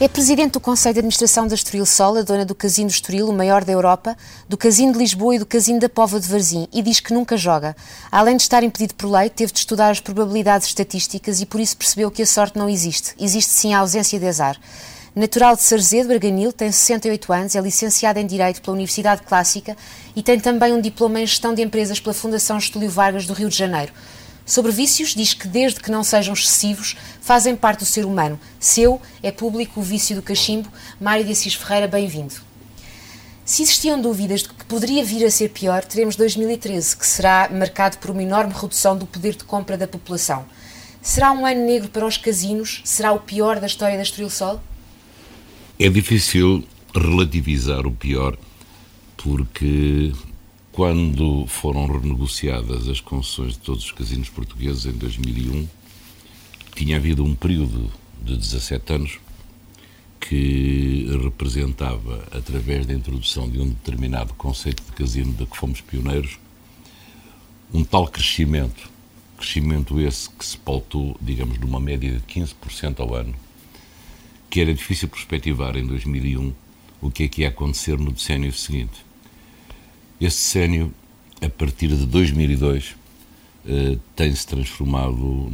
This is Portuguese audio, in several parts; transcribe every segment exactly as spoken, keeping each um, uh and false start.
É presidente do Conselho de Administração da Estoril Sol, a dona do Casino do Estoril, o maior da Europa, do Casino de Lisboa e do Casino da Póvoa de Varzim, e diz que nunca joga. Além de estar impedido por lei, teve de estudar as probabilidades estatísticas e por isso percebeu que a sorte não existe. Existe sim a ausência de azar. Natural de Sarzedo, Barganil, tem sessenta e oito anos, é licenciado em Direito pela Universidade Clássica e tem também um diploma em Gestão de Empresas pela Fundação Estúlio Vargas do Rio de Janeiro. Sobre vícios, diz que desde que não sejam excessivos, fazem parte do ser humano. Seu é público o vício do cachimbo. Mário de Assis Ferreira, bem-vindo. Se existiam dúvidas de que poderia vir a ser pior, teremos dois mil e treze, que será marcado por uma enorme redução do poder de compra da população. Será um ano negro para os casinos? Será o pior da história da Estoril Sol? É difícil relativizar o pior, porque quando foram renegociadas as concessões de todos os casinos portugueses em dois mil e um, tinha havido um período de dezassete anos que representava, através da introdução de um determinado conceito de casino de que fomos pioneiros, um tal crescimento, crescimento esse que se pautou, digamos, numa média de quinze por cento ao ano, que era difícil perspectivar em dois mil e um o que é que ia acontecer no decénio seguinte. Esse decénio, a partir de dois mil e dois, eh, tem-se transformado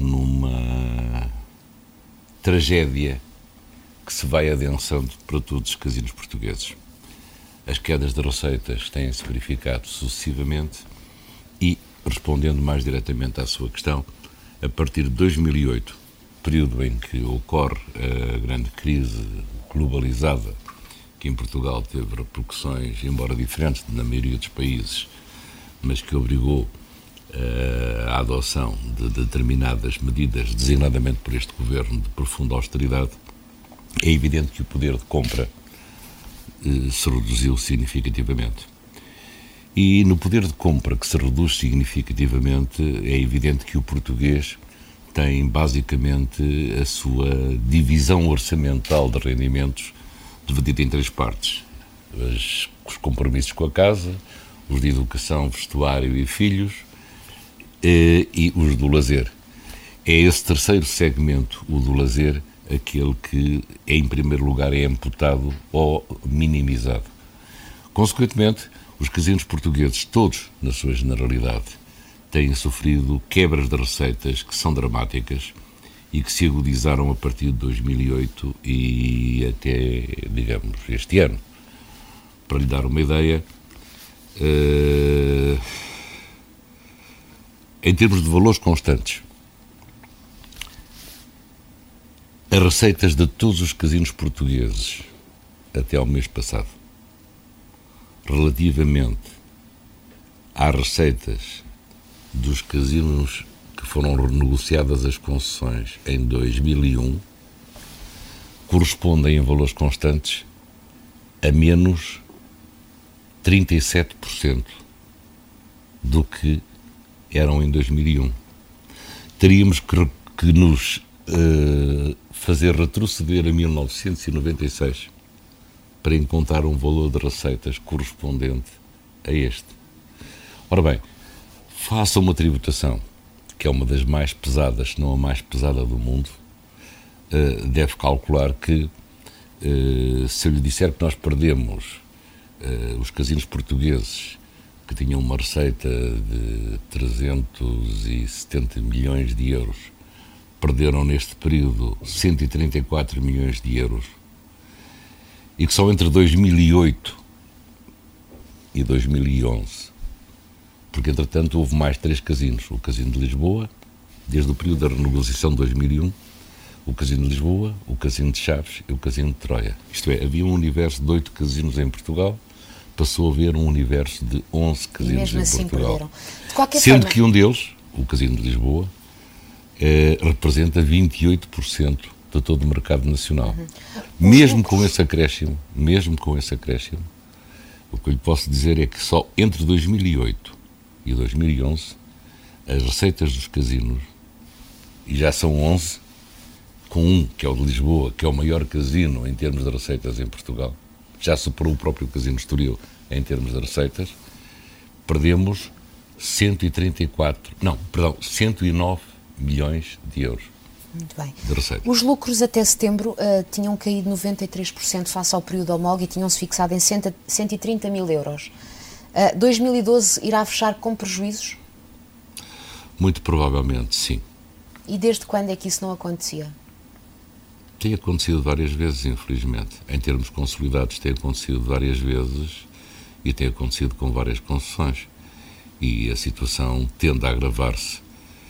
numa tragédia que se vai adensando para todos os casinos portugueses. As quedas de receitas têm-se verificado sucessivamente e, respondendo mais diretamente à sua questão, a partir de dois mil e oito, período em que ocorre a grande crise globalizada, que em Portugal teve repercussões, embora diferentes na maioria dos países, mas que obrigou uh, à adoção de determinadas medidas, designadamente por este governo, de profunda austeridade, é evidente que o poder de compra uh, se reduziu significativamente. E no poder de compra que se reduz significativamente, é evidente que o português tem basicamente a sua divisão orçamental de rendimentos dividida em três partes: As, os compromissos com a casa, os de educação, vestuário e filhos, e, e os do lazer. É esse terceiro segmento, o do lazer, aquele que em primeiro lugar é amputado ou minimizado. Consequentemente, os casinos portugueses, todos na sua generalidade, têm sofrido quebras de receitas que são dramáticas e que se agudizaram a partir de dois mil e oito e até, digamos, este ano. Para lhe dar uma ideia, uh, em termos de valores constantes, as receitas de todos os casinos portugueses até ao mês passado, relativamente às receitas dos casinos que foram renegociadas as concessões em dois mil e um, correspondem em valores constantes a menos trinta e sete por cento do que eram em dois mil e um. Teríamos que, que nos uh, fazer retroceder a mil novecentos e noventa e seis para encontrar um valor de receitas correspondente a este. Ora bem, faça uma tributação, que é uma das mais pesadas, se não a mais pesada do mundo, uh, deve calcular que, uh, se eu lhe disser que nós perdemos uh, os casinos portugueses, que tinham uma receita de trezentos e setenta milhões de euros, perderam neste período cento e trinta e quatro milhões de euros, e que só entre dois mil e oito e dois mil e onze, porque, entretanto, houve mais três casinos. O Casino de Lisboa, desde o período da renegociação de dois mil e um, o Casino de Lisboa, o Casino de Chaves e o Casino de Troia. Isto é, havia um universo de oito casinos em Portugal, passou a haver um universo de onze casinos em assim Portugal. De qualquer Sendo forma, que um deles, o Casino de Lisboa, eh, representa vinte e oito por cento de todo o mercado nacional. Uhum. Mesmo com esse acréscimo, mesmo com esse acréscimo, o que eu lhe posso dizer é que só entre dois mil e oito e dois mil e onze, as receitas dos casinos, e já são onze, com um, que é o de Lisboa, que é o maior casino em termos de receitas em Portugal, já superou o próprio Casino de Estoril em termos de receitas, perdemos cento e trinta e quatro, não, perdão, cento e nove milhões de euros. Muito bem. de receita. Os lucros até setembro uh, tinham caído noventa e três por cento face ao período homólogo e tinham-se fixado em cento e trinta mil euros. Uh, dois mil e doze irá fechar com prejuízos? Muito provavelmente, sim. E desde quando é que isso não acontecia? Tem acontecido várias vezes, infelizmente. Em termos consolidados, tem acontecido várias vezes e tem acontecido com várias concessões. E a situação tende a agravar-se.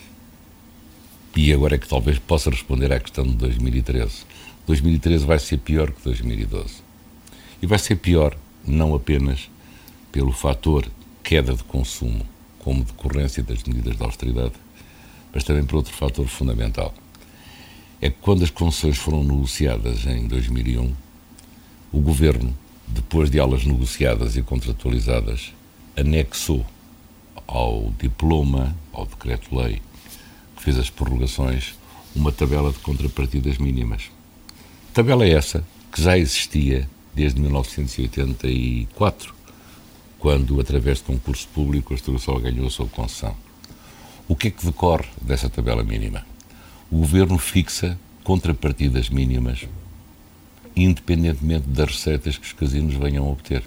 E agora é que talvez possa responder à questão de dois mil e treze. dois mil e treze vai ser pior que dois mil e doze. E vai ser pior não apenas pelo fator queda de consumo, como decorrência das medidas de austeridade, mas também por outro fator fundamental. É que quando as concessões foram negociadas em dois mil e um, o Governo, depois de elas negociadas e contratualizadas, anexou ao diploma, ao decreto-lei, que fez as prorrogações, uma tabela de contrapartidas mínimas. Tabela essa que já existia desde mil novecentos e oitenta e quatro, quando, através de concurso público, a Estrela ganhou a sua concessão. O que é que decorre dessa tabela mínima? O Governo fixa contrapartidas mínimas, independentemente das receitas que os casinos venham a obter.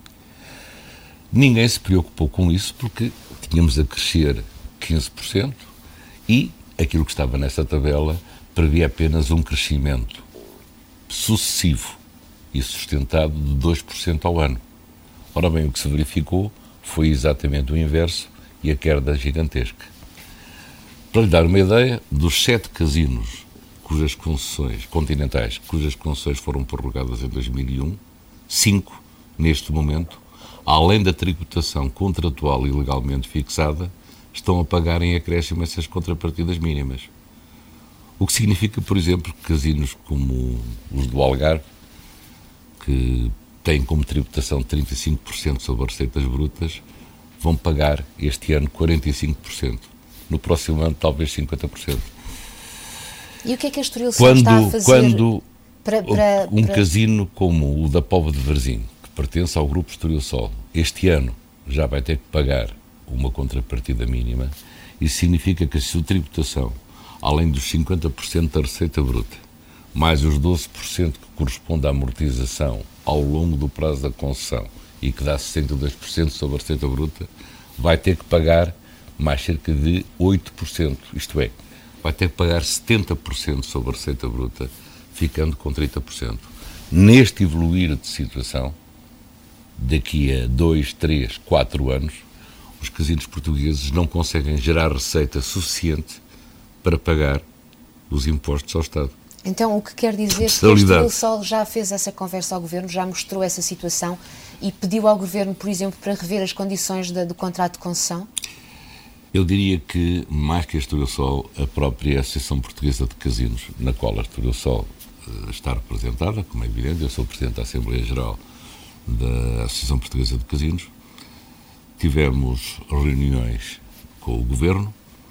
Ninguém se preocupou com isso porque tínhamos a crescer quinze por cento e aquilo que estava nessa tabela previa apenas um crescimento sucessivo e sustentado de dois por cento ao ano. Ora bem, o que se verificou foi exatamente o inverso e a queda gigantesca. Para lhe dar uma ideia, dos sete casinos cujas concessões continentais, cujas concessões foram prorrogadas em dois mil e um, cinco, neste momento, além da tributação contratual e legalmente fixada, estão a pagar em acréscimo essas contrapartidas mínimas. O que significa, por exemplo, que casinos como os do Algarve, que têm como tributação trinta e cinco por cento sobre as receitas brutas, vão pagar este ano quarenta e cinco por cento. No próximo ano, talvez cinquenta por cento. E o que é que a Estoril quando, está a fazer quando para, para, um para... casino como o da Póvoa de Varzim, que pertence ao grupo Estoril Sol, este ano já vai ter que pagar uma contrapartida mínima, isso significa que a sua tributação, além dos cinquenta por cento da receita bruta, mais os doze por cento que corresponde à amortização ao longo do prazo da concessão e que dá sessenta e dois por cento sobre a receita bruta, vai ter que pagar mais cerca de oito por cento, isto é, vai ter que pagar setenta por cento sobre a receita bruta, ficando com trinta por cento. Neste evoluir de situação, daqui a dois, três, quatro anos, os casinos portugueses não conseguem gerar receita suficiente para pagar os impostos ao Estado. Então, o que quer dizer que o Estoril Sol já fez essa conversa ao Governo, já mostrou essa situação e pediu ao Governo, por exemplo, para rever as condições da, do contrato de concessão? Eu diria que, mais que a Estoril Sol, a própria Associação Portuguesa de Casinos, na qual a Estoril Sol uh, está representada, como é evidente, eu sou Presidente da Assembleia Geral da Associação Portuguesa de Casinos, tivemos reuniões com o Governo,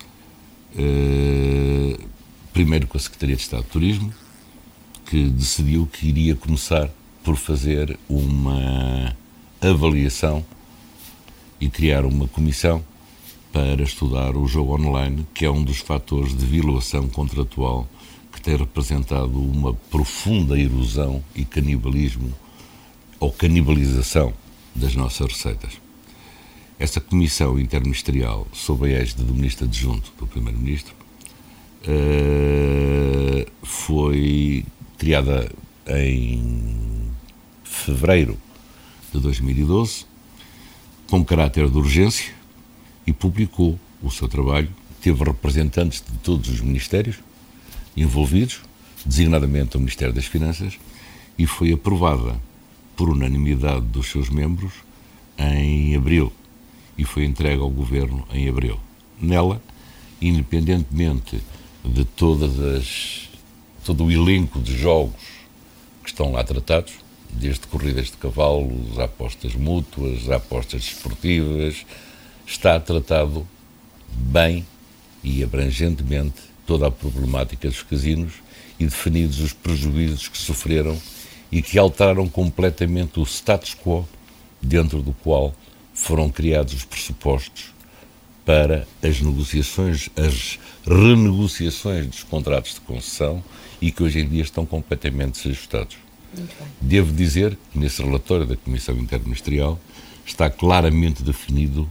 uh, primeiro com a Secretaria de Estado de Turismo, que decidiu que iria começar por fazer uma avaliação e criar uma comissão para estudar o jogo online, que é um dos fatores de violação contratual que tem representado uma profunda erosão e canibalismo ou canibalização das nossas receitas. Essa comissão interministerial, sob a égide do Ministro Adjunto do Primeiro-Ministro, foi criada em fevereiro de dois mil e doze, com caráter de urgência, e publicou o seu trabalho. Teve representantes de todos os ministérios envolvidos, designadamente o Ministério das Finanças, e foi aprovada por unanimidade dos seus membros em abril e foi entregue ao Governo em abril. Nela, independentemente de todas as, todo o elenco de jogos que estão lá tratados, desde corridas de cavalos, apostas mútuas, apostas desportivas, está tratado bem e abrangentemente toda a problemática dos casinos e definidos os prejuízos que sofreram e que alteraram completamente o status quo dentro do qual foram criados os pressupostos para as negociações, as renegociações dos contratos de concessão e que hoje em dia estão completamente desajustados. Devo dizer que nesse relatório da Comissão Interministerial está claramente definido,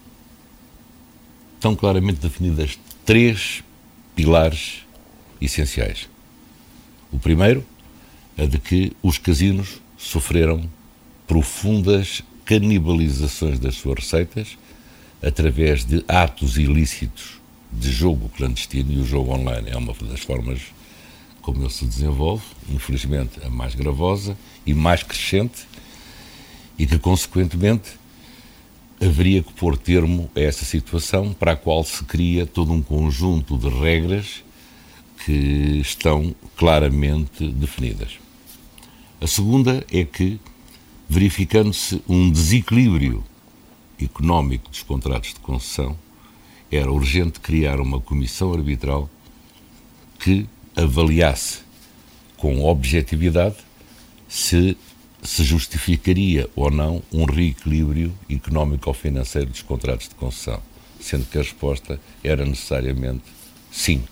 estão claramente definidas três pilares essenciais. O primeiro, a de que os casinos sofreram profundas canibalizações das suas receitas através de atos ilícitos de jogo clandestino, e o jogo online é uma das formas como ele se desenvolve, infelizmente a mais gravosa e mais crescente, e que, consequentemente, haveria que pôr termo a essa situação, para a qual se cria todo um conjunto de regras que estão claramente definidas. A segunda é que, verificando-se um desequilíbrio económico dos contratos de concessão, era urgente criar uma comissão arbitral que avaliasse com objetividade se se justificaria ou não um reequilíbrio económico ou financeiro dos contratos de concessão, sendo que a resposta era necessariamente sim.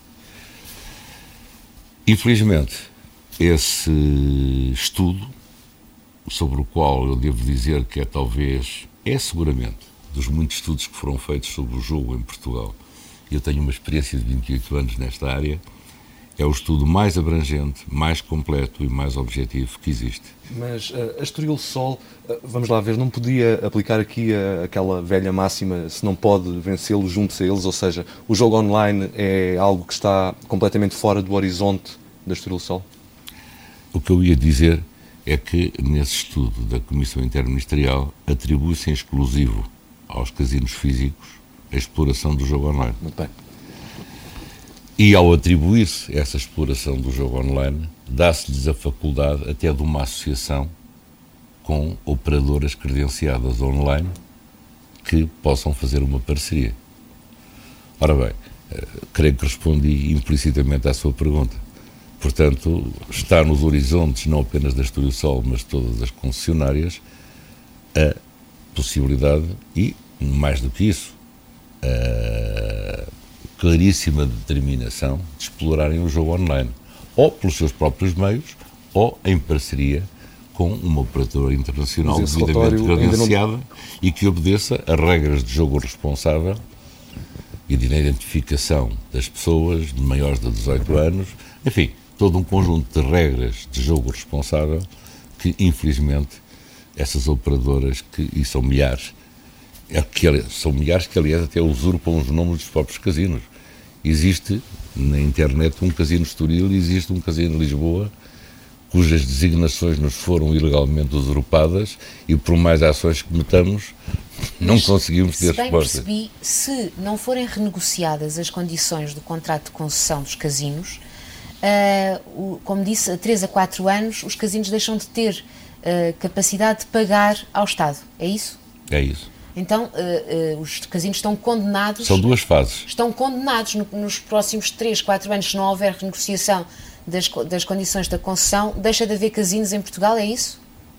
Infelizmente, esse estudo, sobre o qual eu devo dizer que é talvez, é seguramente, dos muitos estudos que foram feitos sobre o jogo em Portugal, eu tenho uma experiência de vinte e oito anos nesta área, é o estudo mais abrangente, mais completo e mais objetivo que existe. Mas uh, a Estoril Sol, uh, vamos lá ver, não podia aplicar aqui uh, aquela velha máxima, se não pode vencê-lo, junte-se a eles, ou seja, o jogo online é algo que está completamente fora do horizonte da Estoril Sol? O que eu ia dizer é que, nesse estudo da Comissão Interministerial, atribui-se em exclusivo aos casinos físicos a exploração do jogo online. Muito bem. E, ao atribuir-se essa exploração do jogo online, dá-se-lhes a faculdade até de uma associação com operadoras credenciadas online que possam fazer uma parceria. Ora bem, creio que respondi implicitamente à sua pergunta. Portanto, está nos horizontes, não apenas da Estoril Sol, mas de todas as concessionárias, a possibilidade e, mais do que isso, a claríssima determinação de explorarem o jogo online, ou pelos seus próprios meios, ou em parceria com uma operadora internacional devidamente credenciada não... e que obedeça a regras de jogo responsável e de identificação das pessoas de maiores de dezoito anos, enfim, todo um conjunto de regras de jogo responsável que, infelizmente, essas operadoras, que, e são milhares, é que, são milhares que, aliás, até usurpam os nomes dos próprios casinos. Existe na internet um casino Estoril e existe um casino Lisboa, cujas designações nos foram ilegalmente usurpadas e, por mais ações que metamos, não Mas, conseguimos ter resposta. Se bem percebi, se não forem renegociadas as condições do contrato de concessão dos casinos, uh, o, como disse, a três a quatro anos, os casinos deixam de ter uh, capacidade de pagar ao Estado. É isso? É isso. Então, uh, uh, os casinos estão condenados... São duas fases. Estão condenados no, nos próximos três, quatro anos, se não houver renegociação das, das condições da concessão, deixa de haver casinos em Portugal, é isso?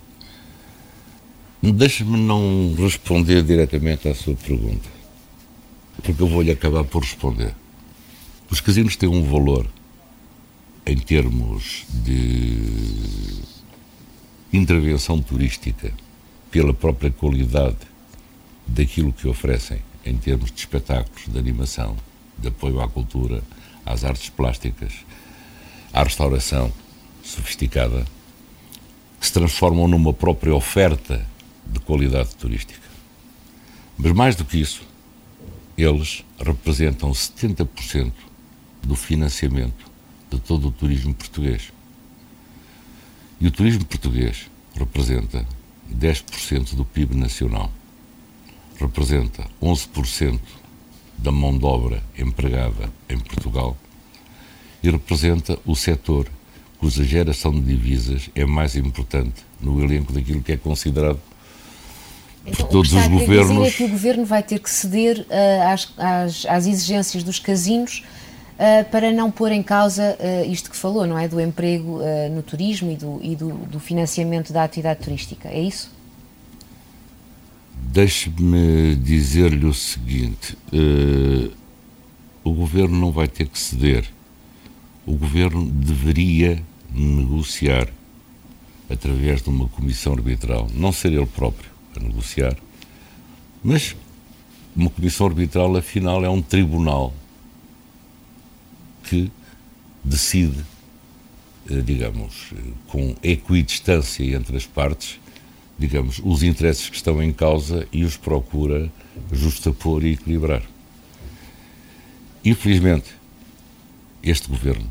Deixe-me não responder diretamente à sua pergunta, porque eu vou-lhe acabar por responder. Os casinos têm um valor em termos de intervenção turística pela própria qualidade daquilo que oferecem em termos de espetáculos, de animação, de apoio à cultura, às artes plásticas, à restauração sofisticada, que se transformam numa própria oferta de qualidade turística. Mas mais do que isso, eles representam setenta por cento do financiamento de todo o turismo português. E o turismo português representa dez por cento do P I B nacional. Representa onze por cento da mão de obra empregada em Portugal e representa o setor cuja geração de divisas é mais importante no elenco daquilo que é considerado então, por todos os governos. O que está a dizer é que o governo vai ter que ceder uh, às, às, às exigências dos casinos uh, para não pôr em causa uh, isto que falou, não é? Do emprego uh, no turismo e, do, e do, do financiamento da atividade turística, é isso? Deixe-me dizer-lhe o seguinte, uh, o Governo não vai ter que ceder. O Governo deveria negociar através de uma comissão arbitral, não ser ele próprio a negociar, mas uma comissão arbitral, afinal, é um tribunal que decide, digamos, com equidistância entre as partes, digamos, os interesses que estão em causa e os procura justapor e equilibrar. Infelizmente, este Governo,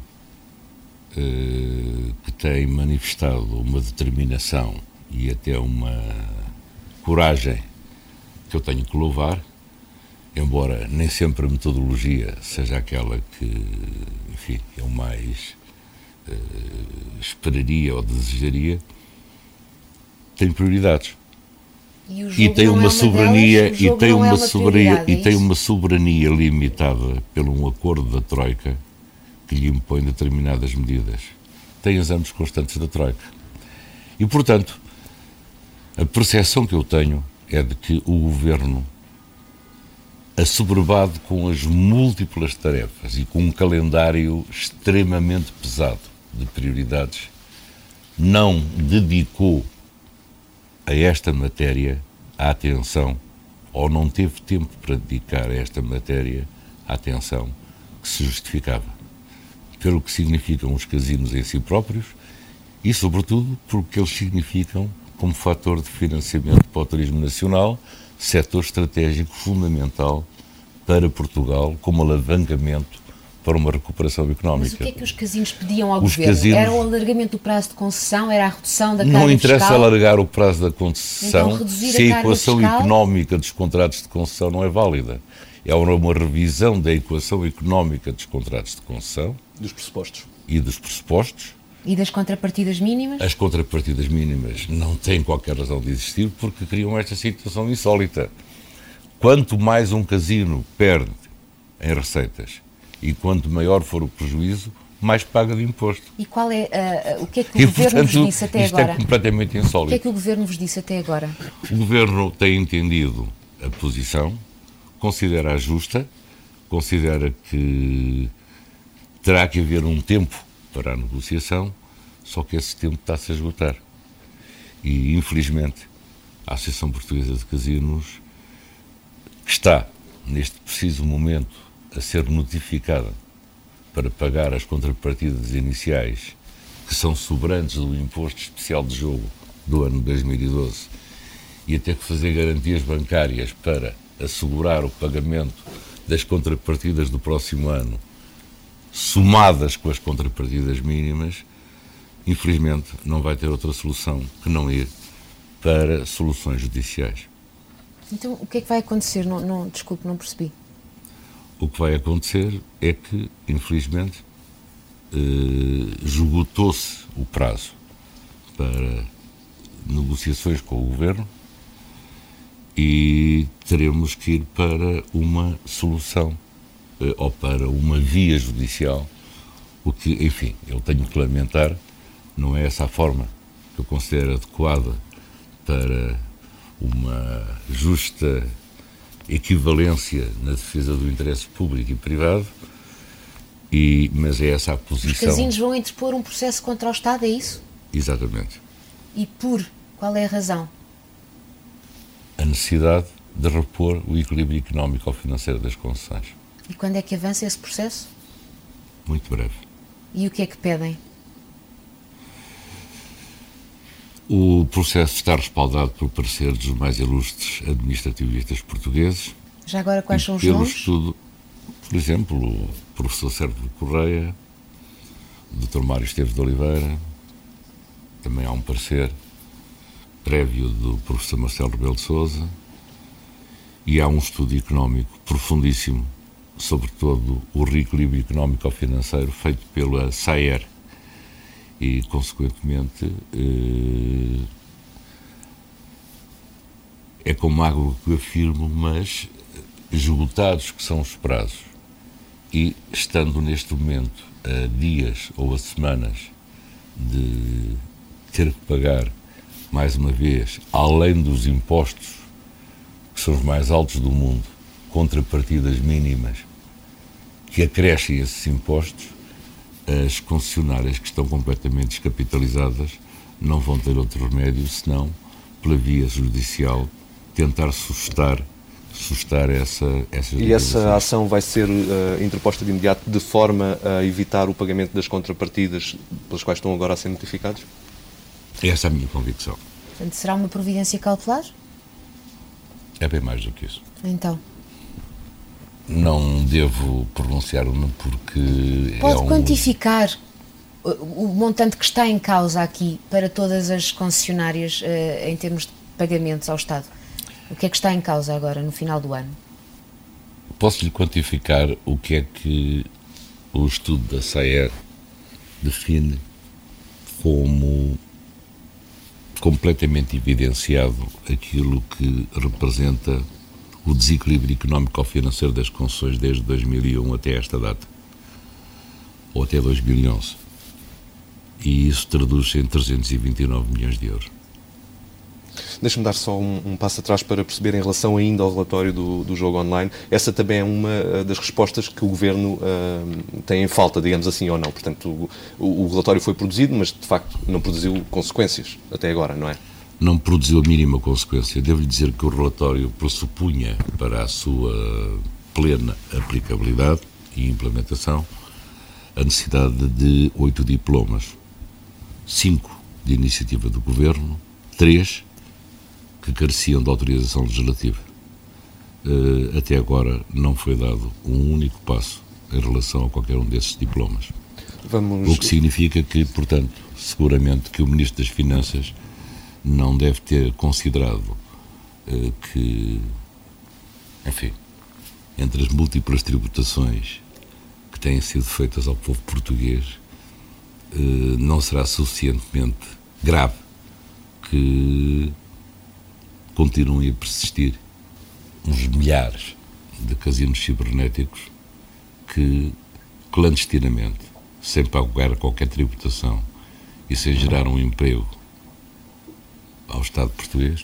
eh, que tem manifestado uma determinação e até uma coragem que eu tenho que louvar, embora nem sempre a metodologia seja aquela que, enfim, eu mais eh, esperaria ou desejaria, tem prioridades. E, e tem uma, é uma soberania delas, e tem uma, é uma soberania é e tem uma soberania limitada pelo um acordo da Troika que lhe impõe determinadas medidas. Tem exames constantes da Troika. E, portanto, a percepção que eu tenho é de que o Governo, assoberbado com as múltiplas tarefas e com um calendário extremamente pesado de prioridades, não dedicou a esta matéria a atenção, ou não teve tempo para dedicar a esta matéria a atenção que se justificava, pelo que significam os casinos em si próprios e, sobretudo, porque eles significam como fator de financiamento para o turismo nacional, setor estratégico fundamental para Portugal, como alavancamento para uma recuperação económica. Mas o que é que os casinos pediam ao os Governo? Casinos... Era o alargamento do prazo de concessão? Era a redução da carga fiscal? Não interessa fiscal? alargar o prazo da concessão então, se a, a equação fiscal... económica dos contratos de concessão não é válida. É uma revisão da equação económica dos contratos de concessão. Dos pressupostos. E dos pressupostos. E das contrapartidas mínimas? As contrapartidas mínimas não têm qualquer razão de existir porque criam esta situação insólita. Quanto mais um casino perde em receitas e quanto maior for o prejuízo, mais paga de imposto. E qual é, uh, o que é que o e, Governo portanto, vos disse até isto agora? É completamente insólito. O que é que o Governo vos disse até agora? O Governo tem entendido a posição, considera-a justa, considera que terá que haver um tempo para a negociação, só que esse tempo está-se a esgotar. E, infelizmente, a Associação Portuguesa de Casinos está, neste preciso momento, a ser notificada para pagar as contrapartidas iniciais que são sobrantes do Imposto Especial de Jogo do ano dois mil e doze e a ter que fazer garantias bancárias para assegurar o pagamento das contrapartidas do próximo ano, somadas com as contrapartidas mínimas, infelizmente não vai ter outra solução que não ir para soluções judiciais. Então, o que é que vai acontecer? Não, não, desculpe, não percebi. O que vai acontecer é que, infelizmente, eh, esgotou-se o prazo para negociações com o Governo e teremos que ir para uma solução eh, ou para uma via judicial, o que, enfim, eu tenho que lamentar, não é essa a forma que eu considero adequada para uma justa equivalência na defesa do interesse público e privado, e, mas é essa a posição. Os casinos vão interpor um processo contra o Estado, é isso? Exatamente. E por? Qual é a razão? A necessidade de repor o equilíbrio económico ou financeiro das concessões. E quando é que avança esse processo? Muito breve. E o que é que pedem? O processo está respaldado por pareceres dos mais ilustres administrativistas portugueses. Já agora, quais são os pelo nomes? Estudo, por exemplo, o professor Sérgio Correia, o doutor Mário Esteves de Oliveira, também há um parecer prévio do professor Marcelo Rebelo de Sousa, e há um estudo económico profundíssimo sobre todo o reequilíbrio económico-financeiro feito pela SAER, e, consequentemente, eh, é como algo que eu afirmo, mas esgotados que são os prazos e estando neste momento a dias ou a semanas de ter que pagar, mais uma vez, além dos impostos que são os mais altos do mundo, contrapartidas mínimas, que acrescem esses impostos, as concessionárias que estão completamente descapitalizadas não vão ter outro remédio senão, pela via judicial, tentar suscitar, suscitar essa, essas E essa ação vai ser uh, interposta de imediato de forma a evitar o pagamento das contrapartidas pelas quais estão agora a ser notificados? Essa é a minha convicção. Portanto, será uma providência cautelar? É bem mais do que isso. Então? Não devo pronunciar-me porque... Pode é um... quantificar o montante que está em causa aqui para todas as concessionárias uh, em termos de pagamentos ao Estado? O que é que está em causa agora, no final do ano? Posso-lhe quantificar o que é que o estudo da S A E R define como completamente evidenciado aquilo que representa o desequilíbrio económico-financeiro das concessões desde dois mil e um até esta data, ou até dois mil e onze. E isso traduz-se em trezentos e vinte e nove milhões de euros. Deixa-me dar só um, um passo atrás para perceber, em relação ainda ao relatório do, do jogo online, essa também é uma das respostas que o Governo uh, tem em falta, digamos assim, ou não. Portanto, o, o, o relatório foi produzido, mas de facto não produziu consequências até agora, não é? Não produziu a mínima consequência. Devo-lhe dizer que o relatório pressupunha para a sua plena aplicabilidade e implementação a necessidade de oito diplomas. Cinco de iniciativa do Governo, três que careciam de autorização legislativa. Uh, até agora não foi dado um único passo em relação a qualquer um desses diplomas. Vamos... O que significa que, portanto, seguramente que o Ministro das Finanças não deve ter considerado uh, que, enfim, entre as múltiplas tributações que têm sido feitas ao povo português, uh, não será suficientemente grave que continuem a persistir uns milhares de casinos cibernéticos que, clandestinamente, sem pagar qualquer tributação e sem gerar um emprego ao Estado português,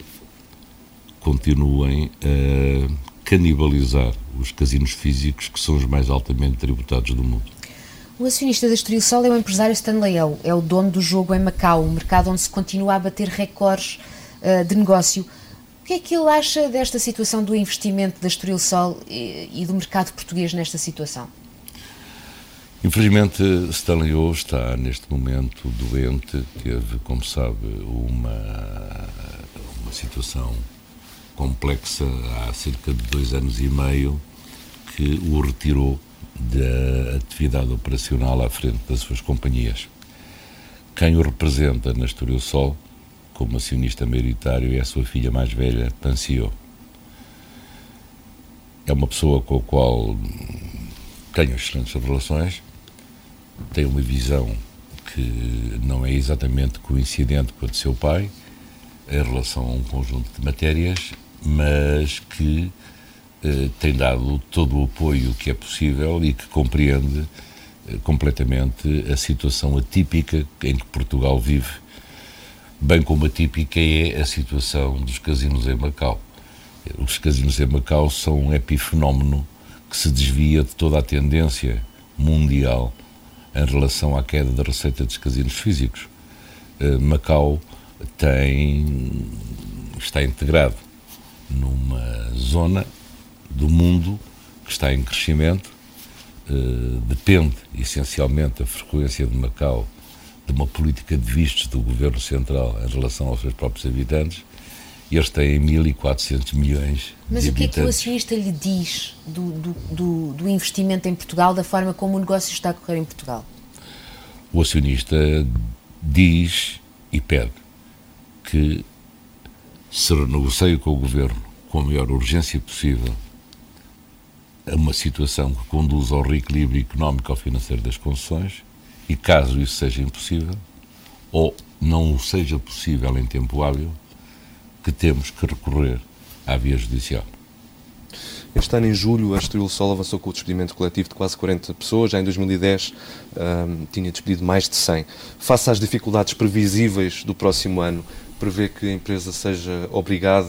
continuem a canibalizar os casinos físicos, que são os mais altamente tributados do mundo. O acionista da Estoril Sol é o empresário Stanley Ho, é o dono do jogo em Macau, um mercado onde se continua a bater recordes uh, de negócio. O que é que ele acha desta situação do investimento da Estoril Sol e, e do mercado português nesta situação? Infelizmente, Stanley Ho está neste momento doente, teve, como sabe, uma, uma situação complexa há cerca de dois anos e meio que o retirou da atividade operacional à frente das suas companhias. Quem o representa na Estoril Sol, como acionista maioritário, é a sua filha mais velha, Pancio. É uma pessoa com a qual tenho excelentes relações, tem uma visão que não é exatamente coincidente com a de seu pai em relação a um conjunto de matérias, mas que eh, tem dado todo o apoio que é possível e que compreende eh, completamente a situação atípica em que Portugal vive, bem como atípica é a situação dos casinos em Macau. Os casinos em Macau são um epifenómeno que se desvia de toda a tendência mundial em relação à queda da receita dos casinos físicos. Uh, Macau tem, está integrado numa zona do mundo que está em crescimento, uh, depende essencialmente a frequência de Macau de uma política de vistos do Governo Central em relação aos seus próprios habitantes, e eles têm mil e quatrocentos milhões Mas de habitantes. Mas o que é que o acionista lhe diz do, do, do, do investimento em Portugal, da forma como o negócio está a correr em Portugal? O acionista diz e pede que se renegocie com o Governo com a maior urgência possível a uma situação que conduza ao reequilíbrio económico-financeiro das concessões, e caso isso seja impossível, ou não o seja possível em tempo hábil, que temos que recorrer à via judicial. Este ano, em julho, a Estoril Sol avançou com o despedimento coletivo de quase quarenta pessoas. Já em dois mil e dez um, tinha despedido mais de cem. Face às dificuldades previsíveis do próximo ano, prevê que a empresa seja obrigada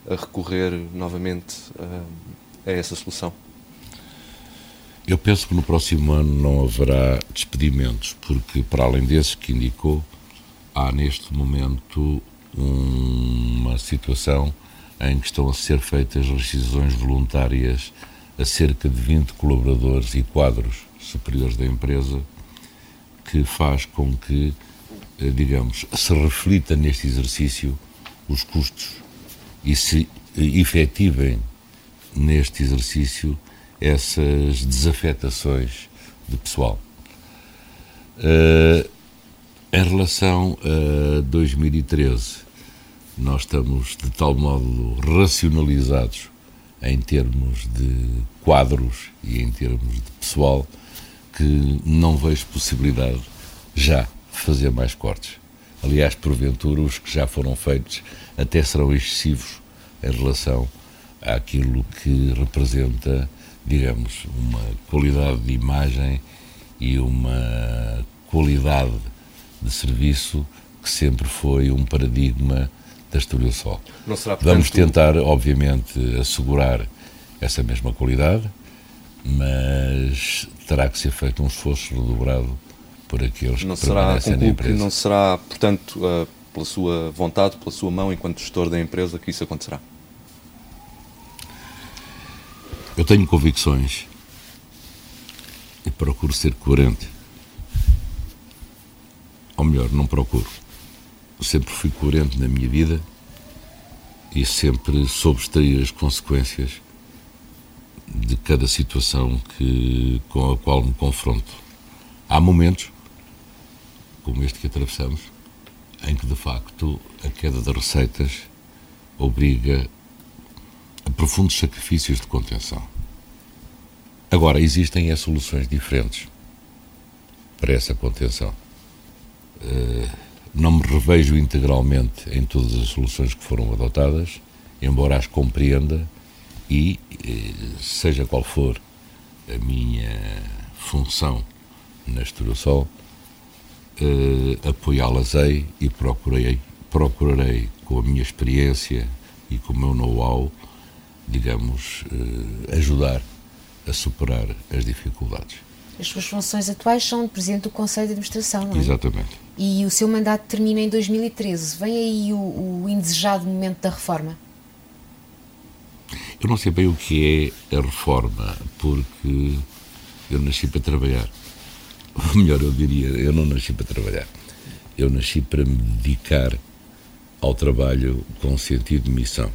a recorrer novamente a, a essa solução? Eu penso que no próximo ano não haverá despedimentos, porque para além desses que indicou, há neste momento uma situação em que estão a ser feitas rescisões voluntárias a cerca de vinte colaboradores e quadros superiores da empresa, que faz com que, digamos, se reflita neste exercício os custos e se efetivem neste exercício essas desafetações de pessoal. Uh, em relação a dois mil e treze, nós estamos de tal modo racionalizados em termos de quadros e em termos de pessoal que não vejo possibilidade já de fazer mais cortes. Aliás, porventura, os que já foram feitos até serão excessivos em relação àquilo que representa, digamos, uma qualidade de imagem e uma qualidade de serviço que sempre foi um paradigma da Estoril Sol. Não será, portanto... Vamos tentar, obviamente, assegurar essa mesma qualidade, mas terá que ser feito um esforço redobrado por aqueles não que será, permanecem na empresa. Que não será, portanto, uh, pela sua vontade, pela sua mão, enquanto gestor da empresa, que isso acontecerá? Eu tenho convicções e procuro ser coerente. Ou melhor, não procuro. Eu sempre fui coerente na minha vida e sempre soube extrair as consequências de cada situação que, com a qual me confronto. Há momentos, como este que atravessamos, em que de facto a queda das receitas obriga a profundos sacrifícios de contenção. Agora, existem é, soluções diferentes para essa contenção. Uh, não me revejo integralmente em todas as soluções que foram adotadas, embora as compreenda e, uh, seja qual for a minha função na Estoril Sol, uh, apoiá-las-ei e procurei, procurarei, com a minha experiência e com o meu know-how, digamos, uh, ajudar a superar as dificuldades. As suas funções atuais são de Presidente do Conselho de Administração, não é? Exatamente. E o seu mandato termina em dois mil e treze. Vem aí o, o indesejado momento da reforma? Eu não sei bem o que é a reforma, porque eu nasci para trabalhar. Ou melhor, eu diria, eu não nasci para trabalhar. Eu nasci para me dedicar ao trabalho com sentido de missão.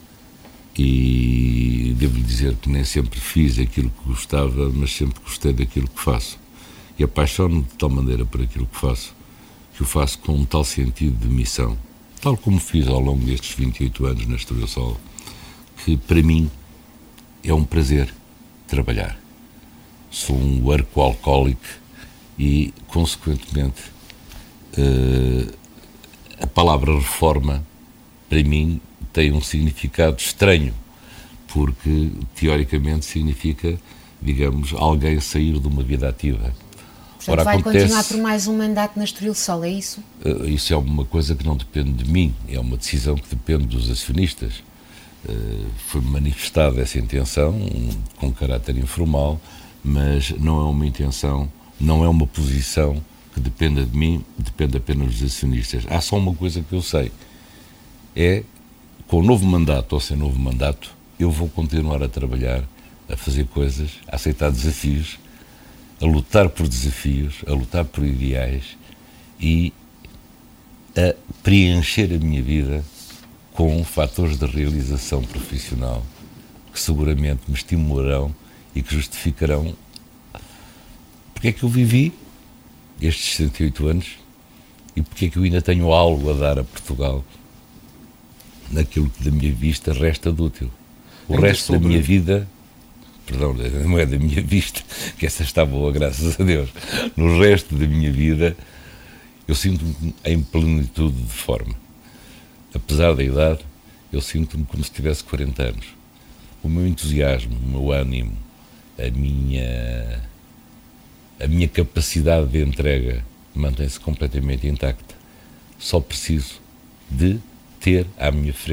E devo-lhe dizer que nem sempre fiz aquilo que gostava, mas sempre gostei daquilo que faço. E apaixono-me de tal maneira por aquilo que faço, que o faço com um tal sentido de missão, tal como fiz ao longo destes vinte e oito anos na Estoril Sol, que para mim é um prazer trabalhar. Sou um workaholic e, consequentemente, uh, a palavra reforma, para mim, tem um significado estranho, porque, teoricamente, significa, digamos, alguém sair de uma vida ativa. Portanto, Ora, vai acontece, continuar por mais um mandato na Estoril Sol, é isso? Uh, isso é uma coisa que não depende de mim, é uma decisão que depende dos acionistas. Uh, foi manifestada essa intenção, um, com caráter informal, mas não é uma intenção, não é uma posição que dependa de mim, depende apenas dos acionistas. Há só uma coisa que eu sei, é, com o novo mandato ou sem novo mandato, eu vou continuar a trabalhar, a fazer coisas, a aceitar desafios, a lutar por desafios, a lutar por ideais e a preencher a minha vida com fatores de realização profissional que seguramente me estimularão e que justificarão porque é que eu vivi estes sessenta e oito anos e porque é que eu ainda tenho algo a dar a Portugal naquilo que da minha vista resta de útil. O ainda resto sobre... da minha vida, perdão, não é da minha vista, que essa está boa, graças a Deus, no resto da minha vida eu sinto-me em plenitude de forma. Apesar da idade, eu sinto-me como se tivesse quarenta anos. O meu entusiasmo, o meu ânimo, a minha, a minha capacidade de entrega mantém-se completamente intacta. Só preciso de ter à minha frente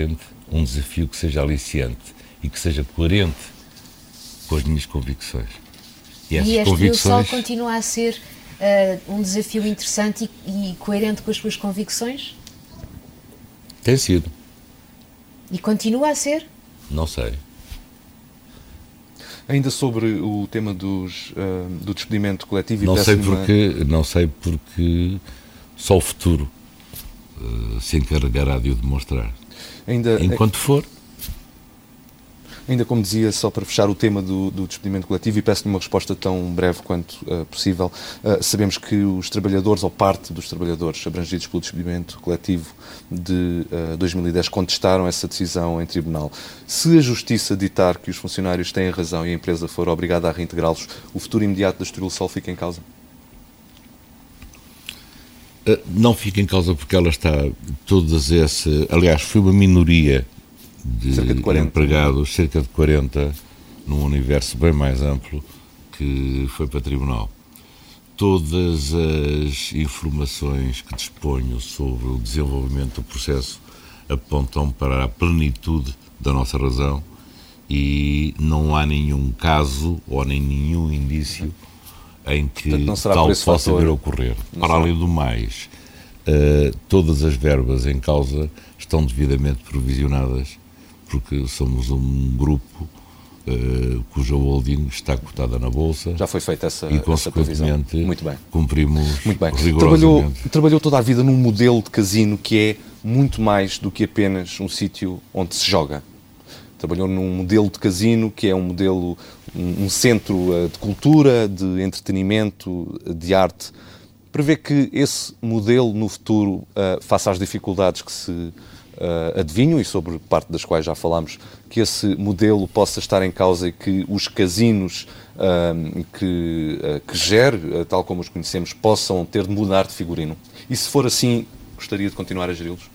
um desafio que seja aliciante e que seja coerente com as minhas convicções. E, e este convicções... Estoril Sol continua a ser uh, um desafio interessante e, e coerente com as suas convicções? Tem sido. E continua a ser? Não sei. Ainda sobre o tema dos, uh, do despedimento coletivo e não sei uma... porque Não sei porque só o futuro uh, se encarregará de o demonstrar. Ainda, Enquanto for. Ainda como dizia, só para fechar o tema do, do despedimento coletivo, e peço-lhe uma resposta tão breve quanto uh, possível, uh, sabemos que os trabalhadores, ou parte dos trabalhadores abrangidos pelo despedimento coletivo de uh, dois mil e dez, contestaram essa decisão em tribunal. Se a Justiça ditar que os funcionários têm razão e a empresa for obrigada a reintegrá-los, o futuro imediato da Estoril Sol fica em causa? Uh, não fica em causa porque ela está, todas essa, aliás, foi uma minoria de, cerca de quarenta empregados, cerca de quarenta, num universo bem mais amplo, que foi para tribunal. Todas as informações que disponho sobre o desenvolvimento do processo apontam para a plenitude da nossa razão e não há nenhum caso ou nem nenhum indício em que tal possa vir a ocorrer. Para além do mais, uh, todas as verbas em causa estão devidamente provisionadas, porque somos um grupo uh, cuja holding está cotada na Bolsa. Já foi feita essa, e, consequentemente, Muito bem. cumprimos muito bem. rigorosamente. Trabalhou, trabalhou toda a vida num modelo de casino que é muito mais do que apenas um sítio onde se joga. Trabalhou num modelo de casino que é um modelo, um, um centro uh, de cultura, de entretenimento, de arte. Prevê que esse modelo no futuro, uh, face às dificuldades que se Uh, adivinho, e sobre parte das quais já falámos, que esse modelo possa estar em causa e que os casinos uh, que, uh, que gere, uh, tal como os conhecemos, possam ter de mudar de figurino? E se for assim, gostaria de continuar a geri-los?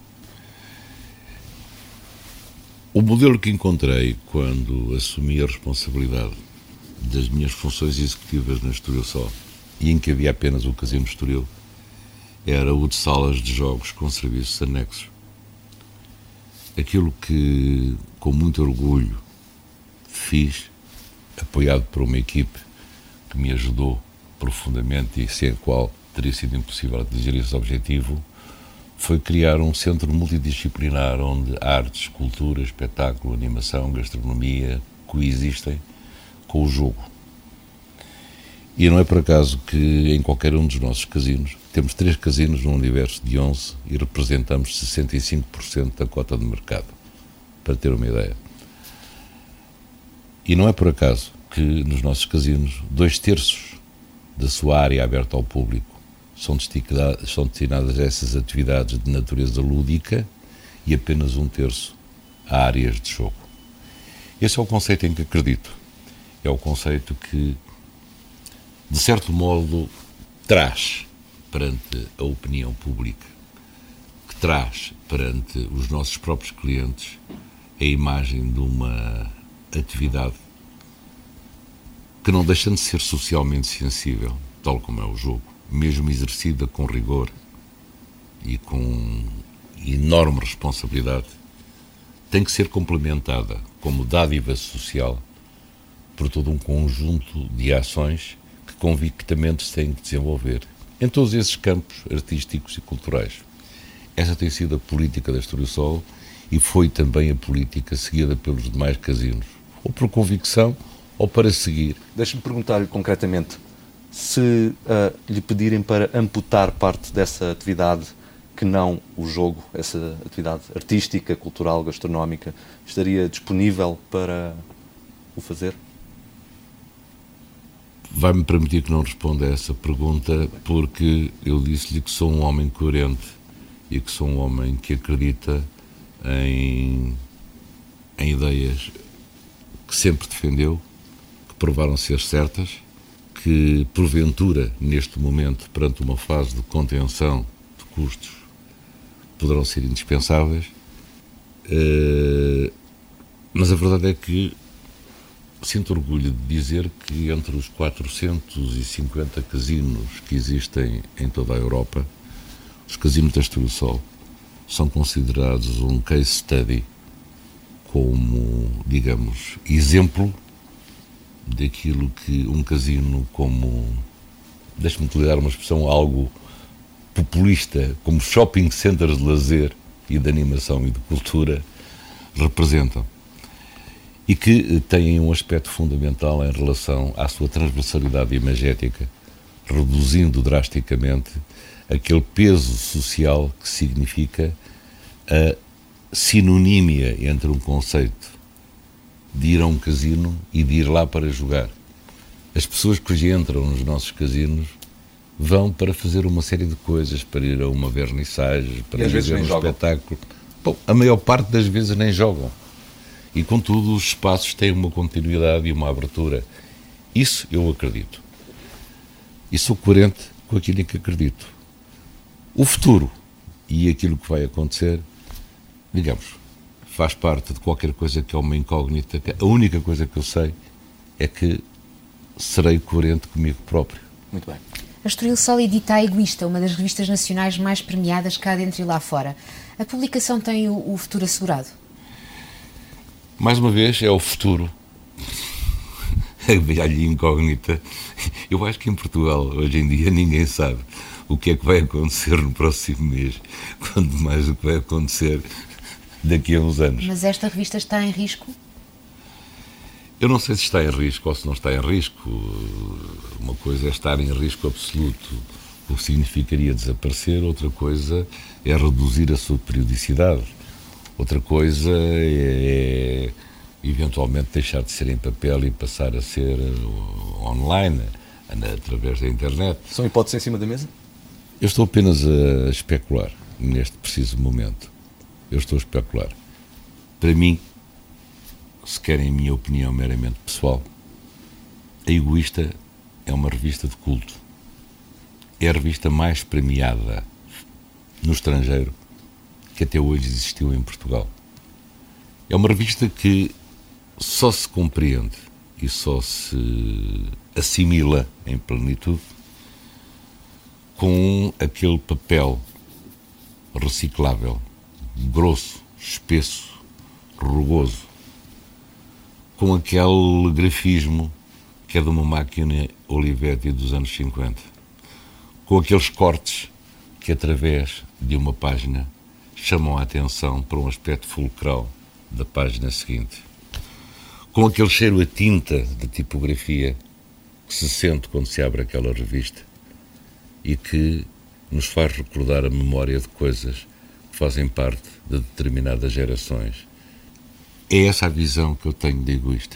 O modelo que encontrei quando assumi a responsabilidade das minhas funções executivas na Estoril Sol, e em que havia apenas o Casino Estoril, era o de salas de jogos com serviços anexos. Aquilo que, com muito orgulho, fiz, apoiado por uma equipe que me ajudou profundamente e sem a qual teria sido impossível atingir esse objetivo, foi criar um centro multidisciplinar onde artes, cultura, espetáculo, animação, gastronomia coexistem com o jogo. E não é por acaso que em qualquer um dos nossos casinos, temos três casinos num universo de onze e representamos sessenta e cinco por cento da cota de mercado, para ter uma ideia. E não é por acaso que nos nossos casinos, dois terços da sua área aberta ao público são destinadas a essas atividades de natureza lúdica e apenas um terço a áreas de jogo. Esse é o conceito em que acredito. É o conceito que, de certo modo, traz perante a opinião pública, que traz perante os nossos próprios clientes a imagem de uma atividade que não deixa de ser socialmente sensível, tal como é o jogo, mesmo exercida com rigor e com enorme responsabilidade, tem que ser complementada como dádiva social por todo um conjunto de ações que convictamente se têm que desenvolver em todos esses campos artísticos e culturais. Essa tem sido a política da Estoril Sol e foi também a política seguida pelos demais casinos, ou por convicção ou para seguir. Deixe-me perguntar-lhe concretamente, se uh, lhe pedirem para amputar parte dessa atividade que não o jogo, essa atividade artística, cultural, gastronómica, estaria disponível para o fazer? Vai-me permitir que não responda a essa pergunta, porque eu disse-lhe que sou um homem coerente e que sou um homem que acredita em, em ideias que sempre defendeu, que provaram ser certas, que porventura, neste momento, perante uma fase de contenção de custos, poderão ser indispensáveis, uh, mas a verdade é que sinto orgulho de dizer que entre os quatrocentos e cinquenta casinos que existem em toda a Europa, os casinos da Estoril Sol são considerados um case study como, digamos, exemplo daquilo que um casino como, deixe-me utilizar uma expressão algo populista, como shopping centers de lazer e de animação e de cultura, representam. E que têm um aspecto fundamental em relação à sua transversalidade imagética, reduzindo drasticamente aquele peso social que significa a sinonímia entre um conceito de ir a um casino e de ir lá para jogar. As pessoas que hoje entram nos nossos casinos vão para fazer uma série de coisas, para ir a uma vernissage, para ir a um espetáculo. Bom, a maior parte das vezes nem jogam. E, contudo, os espaços têm uma continuidade e uma abertura. Isso eu acredito. E sou coerente com aquilo em que acredito. O futuro e aquilo que vai acontecer, digamos, faz parte de qualquer coisa que é uma incógnita. A única coisa que eu sei é que serei coerente comigo próprio. Muito bem. A Estoril Sol edita A Egoísta, uma das revistas nacionais mais premiadas cá dentro e lá fora. A publicação tem o, o futuro assegurado? Mais uma vez, é o futuro. A velha incógnita. Eu acho que em Portugal, hoje em dia, ninguém sabe o que é que vai acontecer no próximo mês, quanto mais o que vai acontecer daqui a uns anos. Mas esta revista está em risco? Eu não sei se está em risco ou se não está em risco. Uma coisa é estar em risco absoluto, o que significaria desaparecer. Outra coisa é reduzir a sua periodicidade. Outra coisa é, é eventualmente deixar de ser em papel e passar a ser online, através da internet. São hipóteses em cima da mesa? Eu estou apenas a especular neste preciso momento. Eu estou a especular. Para mim, se querem a minha opinião meramente pessoal, A Egoísta é uma revista de culto. É a revista mais premiada no estrangeiro que até hoje existiu em Portugal. É uma revista que só se compreende e só se assimila em plenitude com aquele papel reciclável, grosso, espesso, rugoso, com aquele grafismo que é de uma máquina Olivetti dos anos cinquenta, com aqueles cortes que, através de uma página, chamam a atenção para um aspecto fulcral da página seguinte, com aquele cheiro a tinta de tipografia que se sente quando se abre aquela revista e que nos faz recordar a memória de coisas que fazem parte de determinadas gerações. É essa a visão que eu tenho de Egoísta.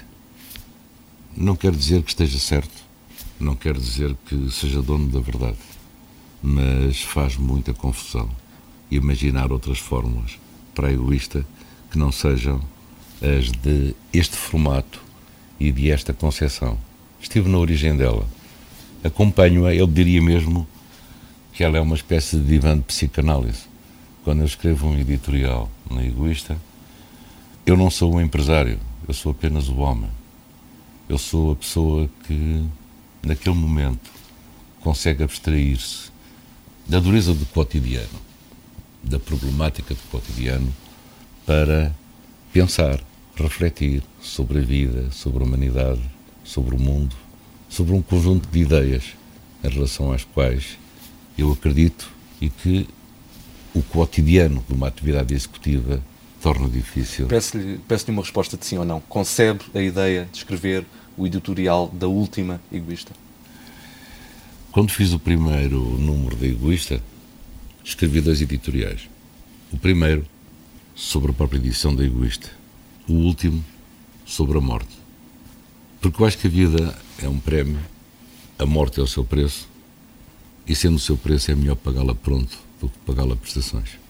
Não quer dizer que esteja certo, não quer dizer que seja dono da verdade, mas faz muita confusão imaginar outras fórmulas para a Egoísta que não sejam as de este formato e de esta concepção. Estive na origem dela, acompanho-a, eu diria mesmo que ela é uma espécie de divã de psicanálise. Quando eu escrevo um editorial na Egoísta, eu não sou um empresário, eu sou apenas o homem. Eu sou a pessoa que, naquele momento, consegue abstrair-se da dureza do cotidiano, da problemática do cotidiano, para pensar, refletir sobre a vida, sobre a humanidade, sobre o mundo, sobre um conjunto de ideias em relação às quais eu acredito e que o cotidiano de uma atividade executiva torna difícil. Peço-lhe peço-lhe uma resposta de sim ou não. Concebe a ideia de escrever o editorial da última Egoísta? Quando fiz o primeiro número da Egoísta, escrevi dois editoriais. O primeiro sobre a própria edição da Egoísta. O último sobre a morte. Porque eu acho que a vida é um prémio, a morte é o seu preço, e sendo o seu preço é melhor pagá-la pronto do que pagá-la a prestações.